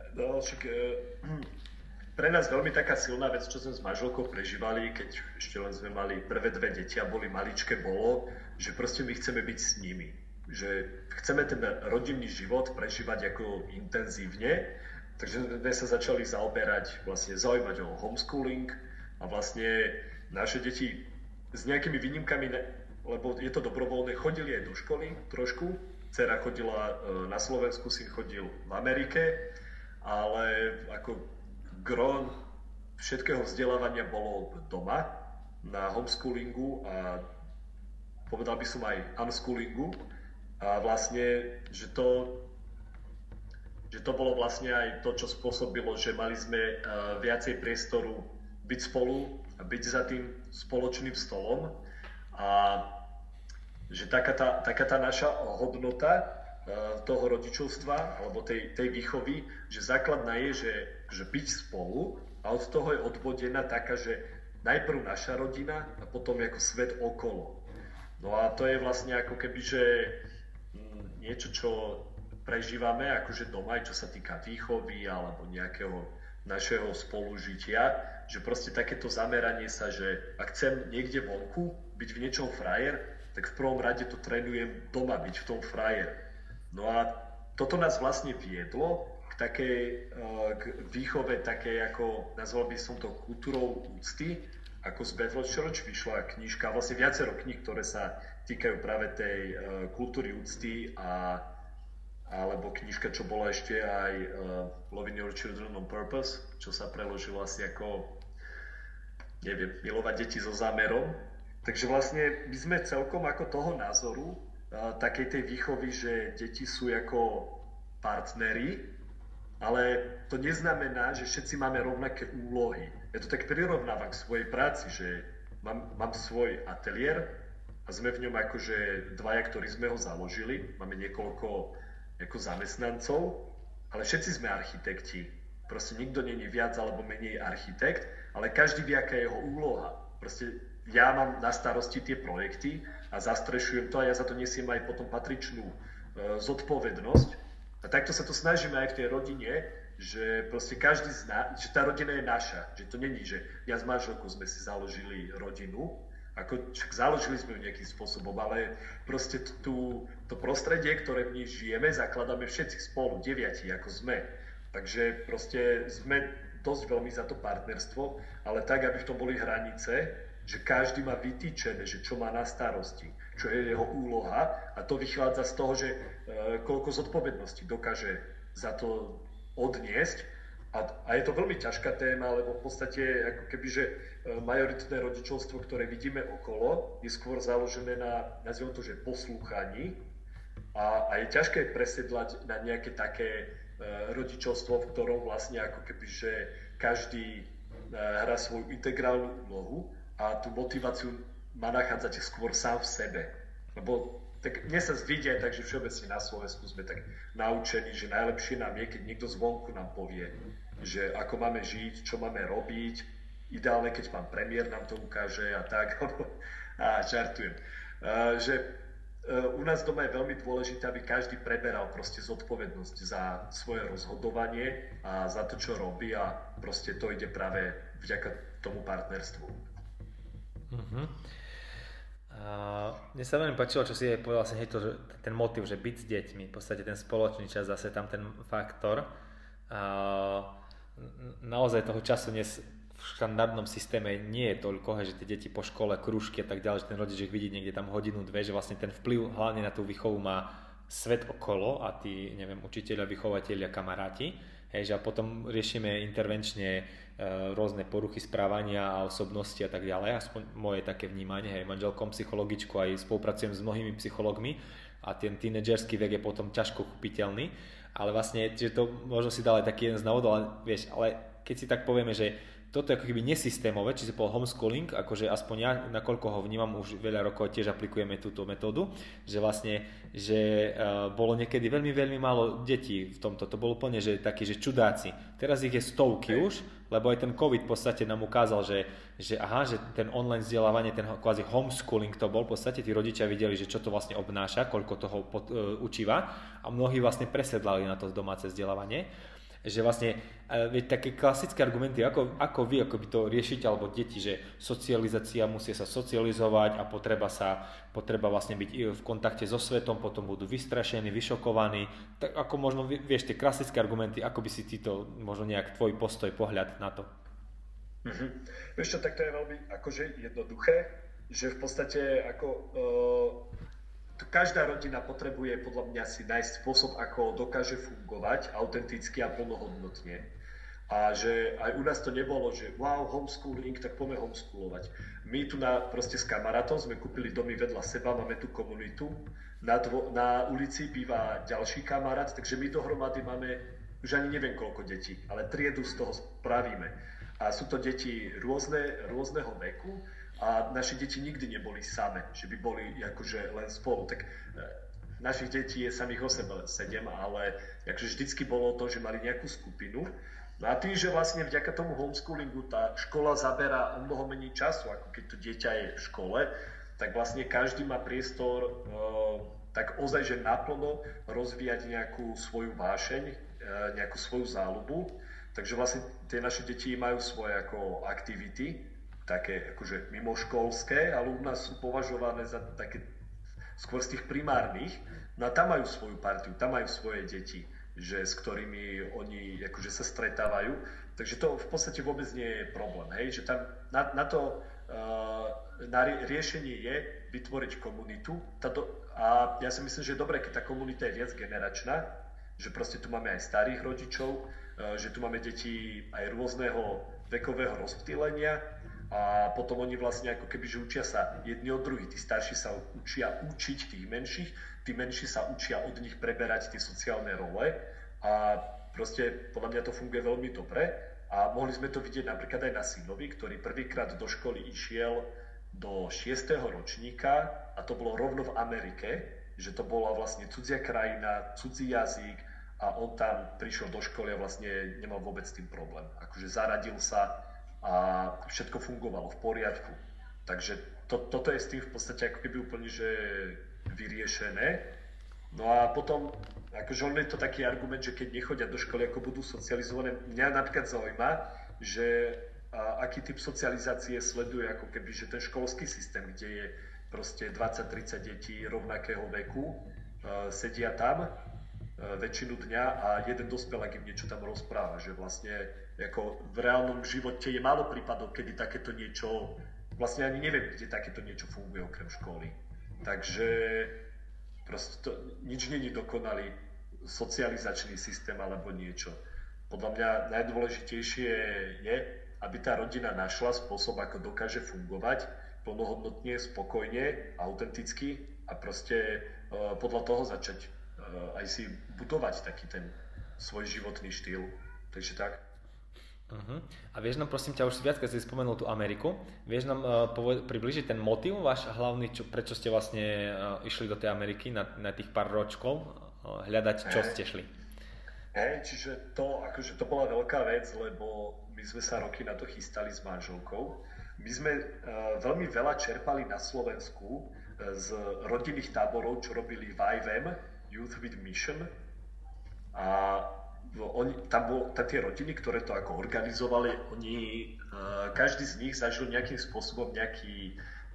pre nás veľmi taká silná vec, čo sme s manželkou prežívali, keď ešte len sme mali prvé 2 deti a boli maličké, bolo, že proste my chceme byť s nimi. Že chceme ten rodinný život prežívať ako intenzívne, takže sme sa začali zaujímať o homeschooling a vlastne naše deti s nejakými výnimkami, lebo je to dobrovoľné, chodili aj do školy trošku. Dcera chodila na Slovensku, syn chodil v Amerike, ale ako gro všetkého vzdelávania bolo doma na homeschoolingu a povedal by som aj unschoolingu. A vlastne, že to bolo vlastne aj to, čo spôsobilo, že mali sme viacej priestoru byť spolu a byť za tým spoločným stolom. A že taká tá naša hodnota toho rodičovstva alebo tej výchovy, že základná je, že byť spolu, a od toho je odvodená taká, že najprv naša rodina a potom ako svet okolo. No a to je vlastne ako keby, že niečo, čo prežívame akože doma, aj čo sa týka výchovy alebo nejakého našeho spolužitia, že proste takéto zameranie sa, že ak chcem niekde vonku byť v niečom frajer, tak v prvom rade to trénujem doma byť v tom frajer. No a toto nás vlastne viedlo k výchove takej, ako nazval by som to kultúrou úcty, ako z Bethel Church vyšla knižka, vlastne viacero kníh, ktoré sa týkajú práve tej kultúry úcty alebo knižka, čo bola ešte aj Loving Your Children on Purpose, čo sa preložilo asi ako, neviem, milovať deti so zámerom. Takže vlastne my sme celkom ako toho názoru, takej tej výchovy, že deti sú ako partneri, ale to neznamená, že všetci máme rovnaké úlohy. Ja to tak prirovnávam k svojej práci, že mám svoj ateliér a sme v ňom akože dvaja, ktorí sme ho založili. Máme niekoľko ako zamestnancov, ale všetci sme architekti. Proste nikto nie je viac alebo menej architekt, ale každý vie, aká je jeho úloha. Proste ja mám na starosti tie projekty a zastrešujem to a ja za to nesiem aj potom patričnú zodpovednosť. A takto sa to snažíme aj v tej rodine, že proste každý zná, že tá rodina je naša. Že to není, že ja s manželkou sme si založili rodinu, ako však založili sme ju nejakým spôsobom, ale proste to prostredie, ktoré v nej žijeme, zakladáme všetci spolu, 9, ako sme. Takže proste sme dosť veľmi za to partnerstvo, ale tak, aby v tom boli hranice, že každý má vytýčené, že čo má na starosti, čo je jeho úloha, a to vychádza z toho, že koľko zodpovedností dokáže za to odniesť. A je to veľmi ťažká téma, lebo v podstate ako keby, že majoritné rodičovstvo, ktoré vidíme okolo, je skôr založené na, nazviem to, že poslúchaní, a je ťažké presedlať na nejaké také rodičovstvo, v ktorom vlastne ako keby, že každý hrá svoju integrálnu úlohu a tú motiváciu má nachádzať skôr sám v sebe. Lebo tak mne sa zvidia tak, že všeobecne na Slovensku sme tak naučení, že najlepšie nám je, keď niekto zvonku nám povie, že ako máme žiť, čo máme robiť. Ideálne, keď pán premiér nám to ukáže a tak. Žartujem. Že u nás doma je veľmi dôležité, aby každý preberal proste zodpovednosť za svoje rozhodovanie a za to, čo robí, a proste to ide práve vďaka tomu partnerstvu. Mne sa veľmi páčilo, čo si aj povedal, vlastne to, že ten motiv, že byť s deťmi, v podstate ten spoločný čas, zase tam ten faktor. A naozaj toho času dnes v štandardnom systéme nie je toľko, že tie deti po škole, krúžky a tak ďalej, že ten rodič ich vidí niekde tam hodinu, dve, že vlastne ten vplyv hlavne na tú výchovu má svet okolo a tí, neviem, učiteľia, vychovatelia, kamaráti. Hej, že a potom riešime intervenčne rôzne poruchy správania a osobnosti a tak ďalej, aspoň moje také vnímanie, hej, manželkom psychologičku, aj spolupracujem s mnohými psychológmi a ten tínedžerský vek je potom ťažko chopiteľný, ale vlastne, že to možno si dal aj taký jeden z návodov, ale vieš, ale keď si tak povieme, že toto je ako keby nesystémové, či si povedal homeschooling, akože aspoň ja, nakoľko ho vnímam, už veľa rokov tiež aplikujeme túto metódu, že vlastne, že bolo niekedy veľmi, veľmi málo detí v tomto, to bolo úplne, že takí, že čudáci. Teraz ich je stovky už, lebo aj ten COVID v podstate nám ukázal, že ten online vzdelávanie, ten kvázi homeschooling to bol, v podstate tí rodičia videli, že čo to vlastne obnáša, koľko toho učíva a mnohí vlastne presedlali na to domáce vzdelávanie. Že vlastne, také klasické argumenty, ako vy ako by to riešite, alebo deti, že socializácia, musia sa socializovať a potreba vlastne byť v kontakte so svetom, potom budú vystrašení, vyšokovaní, tak ako možno, vieš, tie klasické argumenty, ako by si ty to, možno nejak tvoj postoj, pohľad na to? Vieš čo, tak to je veľmi akože jednoduché, že v podstate ako každá rodina potrebuje podľa mňa si nájsť spôsob, ako dokáže fungovať autenticky a plnohodnotne. A že aj u nás to nebolo, že wow, homeschooling, tak poďme homeschoolovať. My tu proste s kamarátom sme kúpili domy vedľa seba, máme tu komunitu, na ulici býva ďalší kamarát, takže my dohromady máme už ani neviem koľko detí, ale triedu z toho spravíme. A sú to deti rôzneho veku, a naše deti nikdy neboli same, že by boli akože len spolu. Tak našich detí je samých 8-7, ale akože vždycky bolo to, že mali nejakú skupinu. No a tým, že vlastne vďaka tomu homeschoolingu tá škola zaberá o mnoho menej času, ako keď to dieťa je v škole, tak vlastne každý má priestor tak ozaj, že naplno rozvíjať nejakú svoju vášeň, nejakú svoju záľubu. Takže vlastne tie naše deti majú svoje ako aktivity, také akože mimoškolské, ale u nás sú považované za také skôr z tých primárnych. No a tam majú svoju partiu, tam majú svoje deti, že, s ktorými oni akože sa stretávajú. Takže to v podstate vôbec nie je problém. Hej? Že tam na riešenie je vytvoriť komunitu. A ja si myslím, že je dobré, keď tá komunita je viac generačná, že proste tu máme aj starých rodičov, že tu máme deti aj rôzneho vekového rozptýlenia, a potom oni vlastne ako keby, že učia sa jedni od druhých. Tí starší sa učia učiť tých menších, tí menší sa učia od nich preberať tie sociálne role a proste podľa mňa to funguje veľmi dobre a mohli sme to vidieť napríklad aj na synovi, ktorý prvýkrát do školy išiel do 6. ročníka a to bolo rovno v Amerike, že to bola vlastne cudzia krajina, cudzí jazyk a on tam prišiel do školy a vlastne nemal vôbec s tým problém. Akože zaradil sa a všetko fungovalo v poriadku. Takže toto je s tým v podstate ako keby úplne že vyriešené. No a potom, akože on je to taký argument, že keď nechodia do školy, ako budú socializované. Mňa napríklad zaujíma, že aký typ socializácie sleduje ako keby, že ten školský systém, kde je proste 20-30 detí rovnakého veku, sedia tam väčšinu dňa a jeden dospelák im niečo tam rozpráva, že vlastne ako v reálnom živote je málo prípadov, kedy takéto niečo, vlastne ani neviem, kde takéto niečo funguje okrem školy. Takže proste nič nie je dokonalý socializačný systém alebo niečo. Podľa mňa najdôležitejšie je, aby tá rodina našla spôsob, ako dokáže fungovať plnohodnotne, spokojne, autenticky a proste podľa toho začať aj si budovať taký ten svoj životný štýl. Takže tak. A vieš nám, prosím ťa, už si viac, keď si spomenul tú Ameriku, vieš nám približiť ten motiv váš hlavný, prečo ste vlastne išli do tej Ameriky na tých pár ročkov hľadať, čo ste šli? Čiže to bola veľká vec, lebo my sme sa roky na to chystali s manželkou. My sme veľmi veľa čerpali na Slovensku z rodinných táborov, čo robili v IVM, Youth with Mission. A tam tie rodiny, ktoré to ako organizovali, každý z nich zažil nejakým spôsobom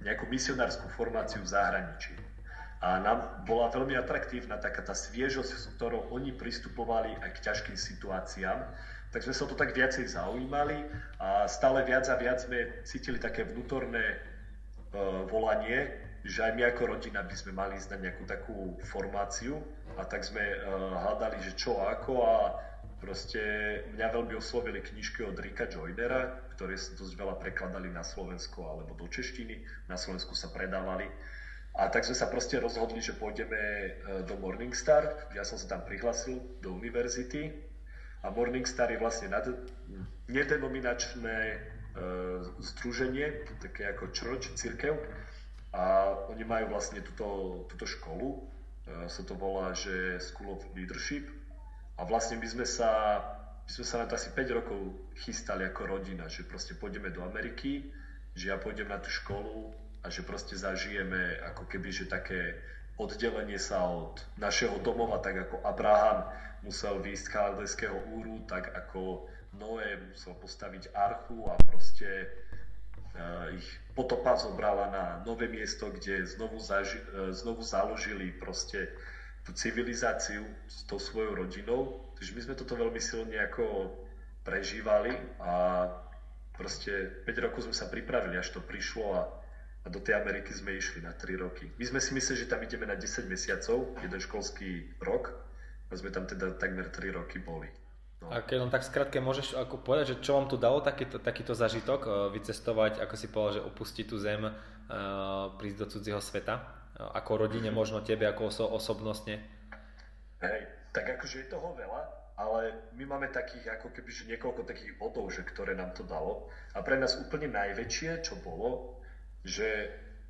nejakú misionárskú formáciu v zahraničí. A nám bola veľmi atraktívna taká tá sviežosť, s ktorou oni pristupovali aj k ťažkým situáciám. Tak sme sa to tak viacej zaujímali a stále viac a viac sme cítili také vnútorné volanie, že aj my ako rodina by sme mali ísť na nejakú takú formáciu a tak sme hľadali, že čo ako a proste mňa veľmi oslovili knižky od Ricka Joynera, ktoré sa dosť veľa prekladali na Slovensko alebo do češtiny, na Slovensku sa predávali. A tak sme sa proste rozhodli, že pôjdeme do Morningstar. Ja som sa tam prihlásil do univerzity a Morningstar je vlastne nedenominačné združenie, také ako church, cirkev. A oni majú vlastne túto školu, sa to volá, že School of Leadership. A vlastne my sme sa na to asi 5 rokov chystali ako rodina, že proste pôjdeme do Ameriky, že ja pôjdem na tú školu, a že proste zažijeme ako keby, že také oddelenie sa od našeho domova, tak ako Abraham musel výjsť z chaldejského Úru, tak ako Noé musel postaviť archu a proste ich potopa zobrala na nové miesto, kde znovu založili proste tú civilizáciu s tou svojou rodinou. Takže my sme toto veľmi silne ako prežívali a proste 5 rokov sme sa pripravili, až to prišlo a do tej Ameriky sme išli na 3 roky. My sme si mysleli, že tam ideme na 10 mesiacov, jeden školský rok, a sme tam teda takmer 3 roky boli. No. A keď len tak skrátke môžeš ako povedať, že čo vám tu dalo takýto zažitok, vycestovať, ako si povedal, že opustiť tú zem, prísť do cudzieho sveta, ako rodine, možno tebe, ako osobnostne? Hej, tak akože je toho veľa, ale my máme takých ako keby, že niekoľko takých bodov, že ktoré nám to dalo. A pre nás úplne najväčšie, čo bolo, že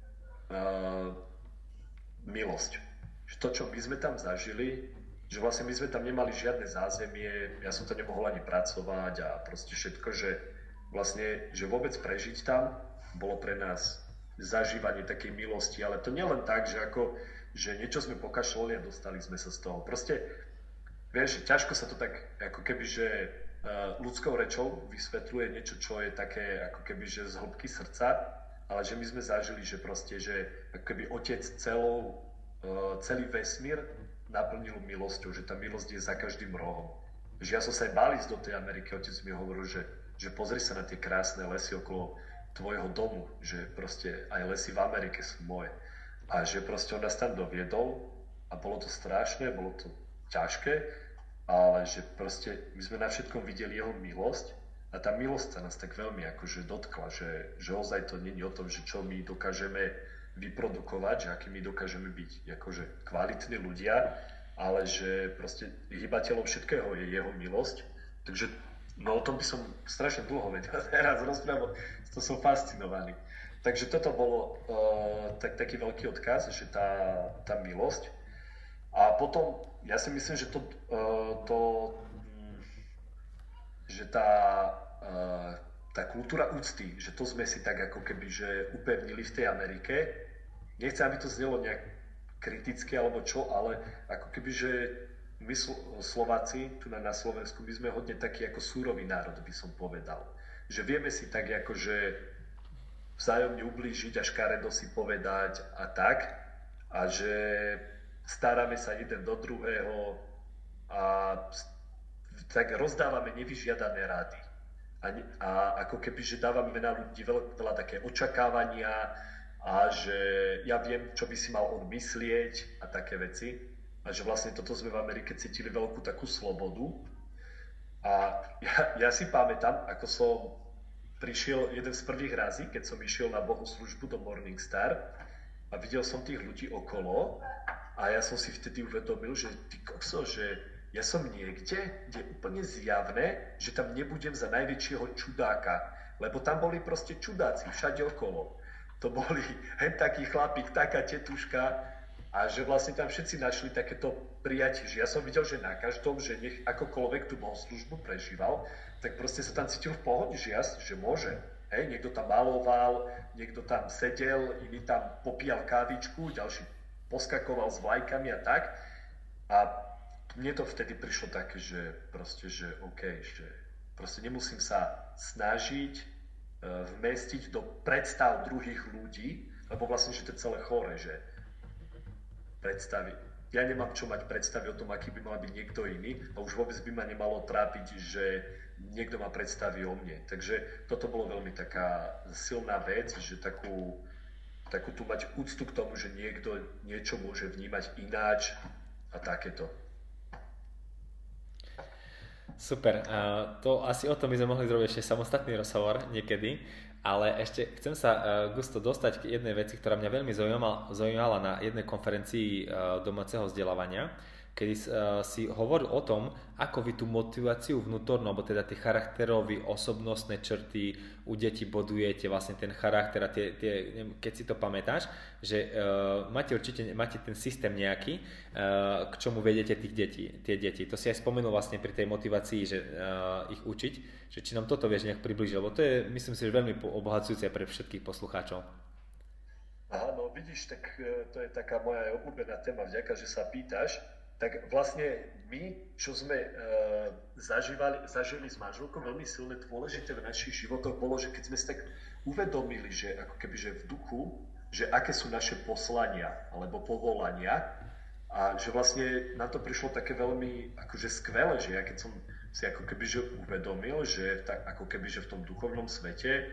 milosť. Že to, čo my sme tam zažili, že vlastne my sme tam nemali žiadne zázemie, ja som tam nemohol ani pracovať a proste všetko, že vlastne, že vôbec prežiť tam bolo pre nás zažívanie takej milosti, ale to nielen tak, že ako, že niečo sme pokašľali a dostali sme sa z toho. Proste, vieš, že ťažko sa to tak, ako keby, že ľudskou rečou vysvetľuje niečo, čo je také, ako keby, že z hĺbky srdca, ale že my sme zažili, že proste, že ako keby Otec celý vesmír naplnil milosťou, že tá milosť je za každým rohom. Že ja som sa aj bál ísť do tej Ameriky, Otec mi hovoril, že pozri sa na tie krásne lesy okolo tvojho domu, že proste aj lesy v Amerike sú moje. A že proste on nás tam doviedol a bolo to strašné, bolo to ťažké, ale že proste my sme na všetkom videli jeho milosť. A tá milosť sa nás tak veľmi akože dotkla, že ozaj to nie je o tom, že čo my dokážeme vyprodukovať, že aký my dokážeme byť akože kvalitní ľudia, ale že proste hybateľom všetkého je jeho milosť. Takže no o tom by som strašne dlho vedel teraz rozprávať, to som fascinovaný. Takže toto bolo taký veľký odkaz, že tá milosť. A potom ja si myslím, že že tá kultúra úcty, že to sme si tak ako keby, že upevnili v tej Amerike. Nechcem, aby to znelo nejak kriticky alebo čo, ale ako keby, že my Slováci tu na Slovensku, my sme hodne taký ako súrový národ, by som povedal. Že vieme si tak ako, že vzájomne ublížiť a škaredo si povedať a tak. A že staráme sa jeden do druhého a tak rozdávame nevyžiadané rady. A ako keby, že dávame na ľudí veľa také očakávania a že ja viem, čo by si mal on myslieť a také veci. A že vlastne toto sme v Amerike cítili veľkú takú slobodu. A ja si pamätám, ako som prišiel jeden z prvých razí, keď som išiel na bohoslužbu do Morningstar a videl som tých ľudí okolo a ja som si vtedy uvedomil, že ty kokso, že ja som niekde, kde je úplne zjavné, že tam nebudem za najväčšieho čudáka, lebo tam boli proste čudáci všade okolo. To boli hen taký chlapík, taká tetuška a že vlastne tam všetci našli takéto prijatie, že ja som videl, že na každom, že nech akokoľvek tú bohoslužbu prežíval, tak proste sa tam cítil v pohode, že môže. Hej, niekto tam maloval, niekto tam sedel, iný tam popíjal kávičku, ďalší poskakoval s vlajkami a tak. A mne to vtedy prišlo také, že proste, že OK, že proste nemusím sa snažiť vmestiť do predstav druhých ľudí, lebo vlastne, že to je celé chore, že predstavy. Ja nemám čo mať predstavy o tom, aký by mal byť niekto iný a už vôbec by ma nemalo trápiť, že niekto má predstavy o mne. Takže toto bolo veľmi taká silná vec, že takú tu mať úctu k tomu, že niekto niečo môže vnímať ináč a takéto. Super, to asi o tom by sme mohli zrobiť ešte samostatný rozhovor niekedy, ale ešte chcem sa, Gusto, dostať k jednej veci, ktorá mňa veľmi zaujímala na jednej konferencii domáceho vzdelávania, kedy si hovoril o tom, ako vy tú motiváciu vnútornú, alebo teda tie charakterové, osobnostné črty u detí bodujete, vlastne ten charakter a keď si to pamätáš, že máte ten systém nejaký, k čomu vedete tie deti. To si aj spomenul vlastne pri tej motivácii, že ich učiť, že či nám toto vieš nejak približiť, lebo to je, myslím si, že veľmi obohacujúce pre všetkých poslucháčov. Aha, no vidíš, tak to je taká moja obľúbená téma, vďaka, že sa pýtaš. Tak vlastne my, čo sme zažili s manželkou veľmi silné, dôležité v našich životoch bolo, že keď sme si tak uvedomili, že ako keby, že v duchu, že aké sú naše poslania alebo povolania a že vlastne nám to prišlo také veľmi akože skvelé, že ja keď som si ako keby, že uvedomil, že tak ako keby, že v tom duchovnom svete,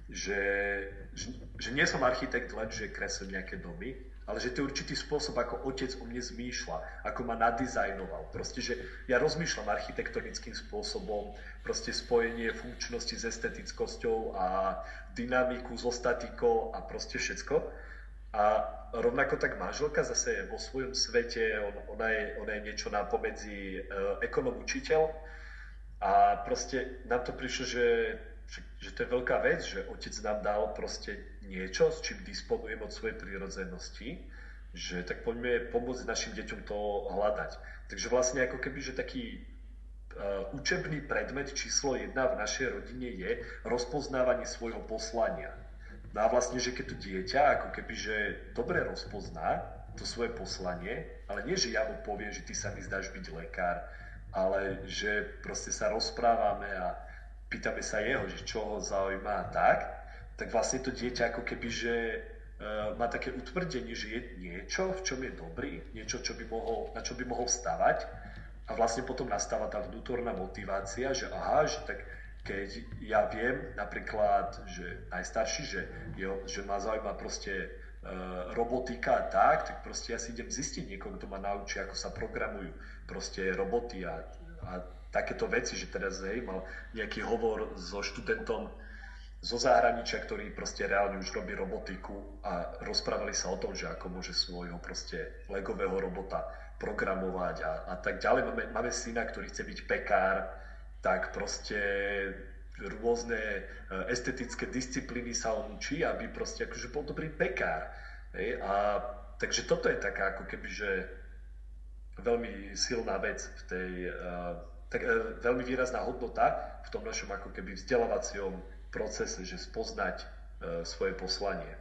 že nie som architekt len, že kreslím nejaké domy, ale že to je určitý spôsob, ako otec o mne zmýšľa, ako ma nadizajnoval. Proste, že ja rozmýšľam architektonickým spôsobom, proste spojenie funkčnosti s estetickosťou a dynamiku so statikou a proste všetko. A rovnako tak manželka zase vo svojom svete, ona je niečo napomedzi ekonom učiteľ a proste nám to prišlo, že to je veľká vec, že otec nám dal proste niečo, s čím disponujem od svojej prírodzenosti, že tak poďme pomôcť našim deťom to hľadať. Takže vlastne ako keby, že taký učebný predmet číslo 1 v našej rodine je rozpoznávanie svojho poslania. No a vlastne, že keď to dieťa ako keby, že dobre rozpozná to svoje poslanie, ale nie, že ja mu poviem, že ty sa mi zdáš byť lekár, ale že proste sa rozprávame a pýtame sa jeho, že čo ho zaujíma a tak vlastne to dieťa ako keby, že má také utvrdenie, že je niečo, v čom je dobrý, niečo, na čo by mohol stavať a vlastne potom nastáva tá vnútorná motivácia, že aha, že tak keď ja viem napríklad, že najstarší, že ma zaujíma proste robotika a tak proste ja si idem zistiť niekoho, kto ma naučí, ako sa programujú proste roboty a takéto veci, že teraz mal nejaký hovor so študentom zo zahraničia, ktorý proste reálne už robí robotiku a rozprávali sa o tom, že ako môže svojho proste legového robota programovať a tak ďalej. Máme syna, ktorý chce byť pekár, tak proste rôzne estetické disciplíny sa on učí, aby proste akože bol dobrý pekár. Takže toto je taká ako keby, že veľmi silná vec v tej veľmi výrazná hodnota v tom našom ako keby vzdelávacom procese, že spoznať svoje poslanie.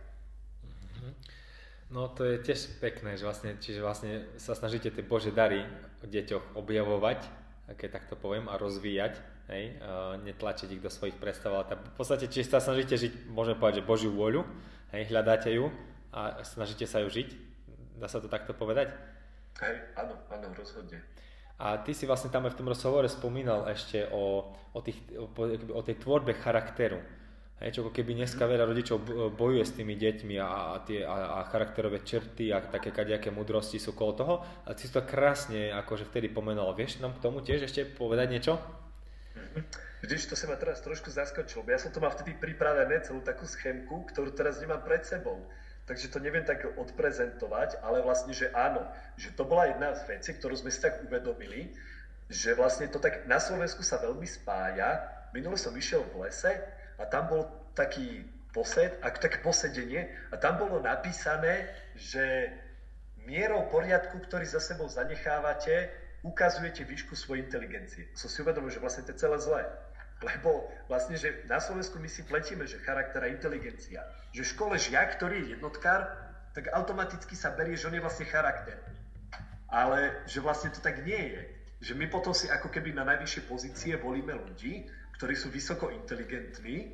No to je tiež pekné, že čiže vlastne sa snažíte tie Božie dary v deťoch objavovať, keď takto poviem, a rozvíjať, netlačiť ich do svojich predstav, ale v podstate čiže sa snažíte žiť, môžeme povedať, že Božiu vôľu, hľadáte ju a snažíte sa ju žiť, dá sa to takto povedať? Áno, rozhodne. A ty si vlastne tam aj v tom rozhovore spomínal ešte o tej tvorbe charakteru. Čo ako keby dneska veľa rodičov bojuje s tými deťmi a charakterové črty a také kadejaké múdrosti sú okolo toho. A ty si to krásne akože vtedy pomenul. Vieš nám k tomu tiež ešte povedať niečo? Vidíš, to sa ma teraz trošku zaskočilo. Ja som to mal vtedy pripravené, celú takú schémku, ktorú teraz nemám pred sebou. Takže to neviem tak odprezentovať, ale vlastne, že áno, že to bola jedna z vecí, ktorú sme si tak uvedomili, že vlastne to tak na Slovensku sa veľmi spája. Minule som išiel v lese a tam bol taký také posedenie a tam bolo napísané, že mierou poriadku, ktorý za sebou zanechávate, ukazujete výšku svojej inteligencie. Som si uvedomil, že vlastne to je celé zlé. Lebo vlastne, že na Slovensku my si pletíme, že charakter a inteligencia. Že v škole žiak, ktorý je jednotkár, tak automaticky sa berie, že on je vlastne charakter. Ale že vlastne to tak nie je. Že my potom si ako keby na najvyššie pozície volíme ľudí, ktorí sú vysoko inteligentní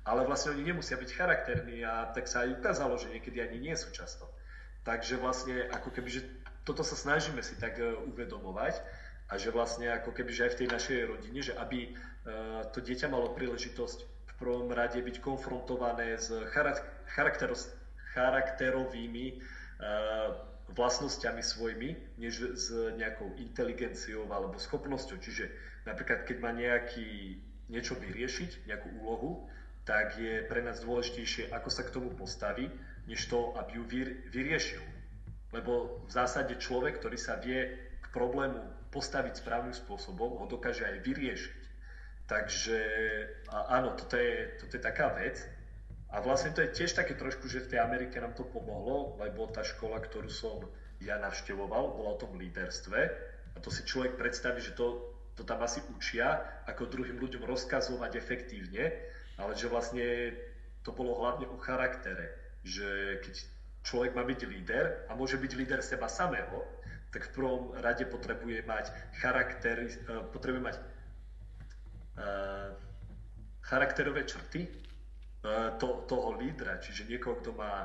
ale vlastne oni nemusia byť charakterní a tak sa aj ukázalo, že niekedy ani nie sú často. Takže vlastne ako keby, že toto sa snažíme si tak uvedomovať a že vlastne ako keby, že aj v tej našej rodine, že aby to dieťa malo príležitosť v prvom rade byť konfrontované s charakterovými vlastnosťami svojimi, než s nejakou inteligenciou alebo schopnosťou. Čiže napríklad, keď má niečo vyriešiť, nejakú úlohu, tak je pre nás dôležitejšie, ako sa k tomu postaví, než to, aby ju vyriešil. Lebo v zásade človek, ktorý sa vie k problému postaviť správnym spôsobom, ho dokáže aj vyriešiť. Takže áno, toto je taká vec. A vlastne to je tiež také trošku, že v tej Amerike nám to pomohlo, lebo tá škola, ktorú som ja navštevoval, bola o tom líderstve. A to si človek predstaví, že to tam asi učia, ako druhým ľuďom rozkazovať efektívne, ale že vlastne to bolo hlavne o charaktere. Že keď človek má byť líder a môže byť líder seba samého, tak v prvom rade potrebuje mať charakterové črty toho lídra, čiže niekoho, kto má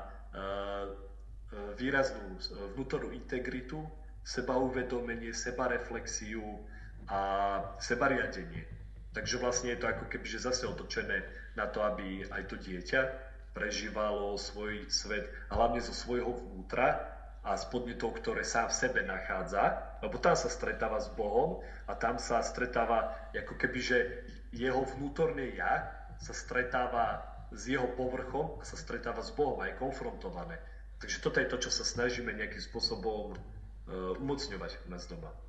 výraznú vnútornú integritu, sebauvedomenie, sebareflexiu a sebariadenie. Takže vlastne je to ako keby že zase otočené na to, aby aj to dieťa prežívalo svoj svet hlavne zo svojho vnútra a z podnetov, ktoré sám v sebe nachádza, lebo tam sa stretáva s Bohom a tam sa stretáva ako keby, že jeho vnútorné ja sa stretáva s jeho povrchom a sa stretáva s Bohom a je konfrontované. Takže toto je to, čo sa snažíme nejakým spôsobom umocňovať u nás doma.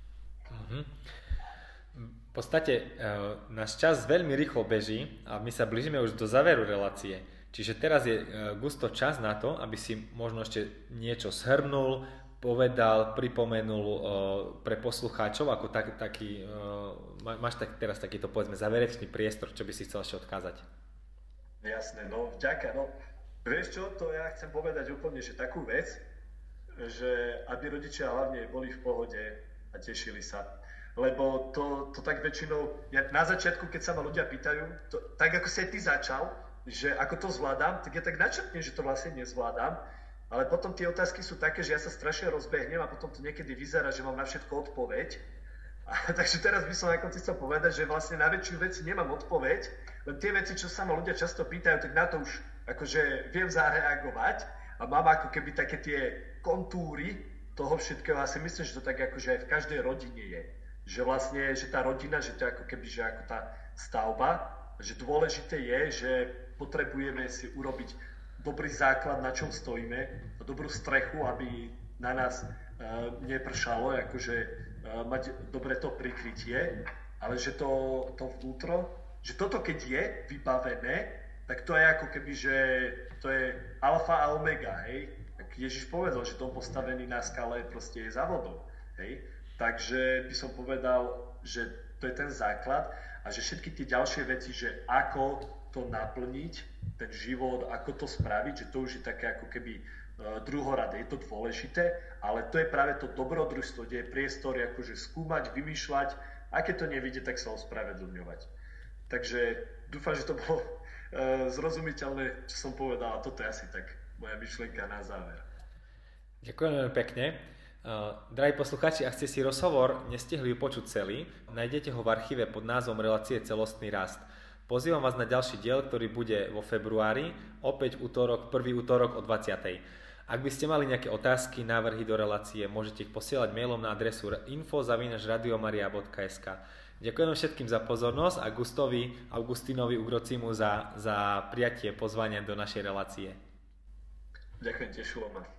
V podstate náš čas veľmi rýchlo beží a my sa blížime už do záveru relácie. Čiže teraz je gusto čas na to, aby si možno ešte niečo shrnul, povedal, pripomenul pre poslucháčov, ako taký, máš teraz takýto povedzme záverečný priestor, čo by si chcel ešte odkázať. Jasné, no vďaka. No, vieš čo, to ja chcem povedať úplne, že takú vec, že aby rodičia hlavne boli v pohode a tešili sa. Lebo to tak väčšinou, na začiatku, keď sa ma ľudia pýtajú, tak ako si aj ty začal, že ako to zvládam, tak ja tak načrtnem, že to vlastne nezvládam, ale potom tie otázky sú také, že ja sa strašne rozbehnem a potom to niekedy vyzerá, že mám na všetko odpoveď. Takže teraz by som na konci chcel povedať, že vlastne na väčšiu veci nemám odpoveď, len tie veci, čo sa ma ľudia často pýtajú, tak na to už akože viem zareagovať a mám ako keby také tie kontúry toho všetkého a si myslím, že to tak akože aj v každej rodine je. Že vlastne, že tá rodina, že to je ako keby, že ako tá stavba, že dôležité je, že potrebujeme si urobiť dobrý základ, na čom stojíme, a dobrú strechu, aby na nás nepršalo, akože mať dobre to prikrytie, ale že to vnútro, že toto keď je vybavené, tak to je ako keby, že to je alfa a omega, hej. Tak Ježiš povedal, že dom postavený na skale proste je za vodou, hej. Takže by som povedal, že to je ten základ a že všetky tie ďalšie veci, že ako to naplniť, ten život, ako to spraviť, že to už je také ako keby druhoradé, je to dôležité, ale to je práve to dobrodružstvo, kde je priestor akože skúmať, vymýšľať, a keď to nevidie, tak sa ospravedlňovať. Takže dúfam, že to bolo zrozumiteľné, čo som povedal, a toto je asi tak moja myšlienka na záver. Ďakujem veľmi pekne. Drahí poslucháči, ak ste si rozhovor nestihli počuť celý, nájdete ho v archíve pod názvom Relácie Celostný rast. Pozývam vás na ďalší diel, ktorý bude vo februári, opäť prvý útorok o 20:00. Ak by ste mali nejaké otázky, návrhy do relácie, môžete ich posielať mailom na adresu info@radiomaria.sk. Ďakujem všetkým za pozornosť a Augustínovi Ugrocimu za prijatie pozvania do našej relácie. Ďakujem tiež, Šuloma.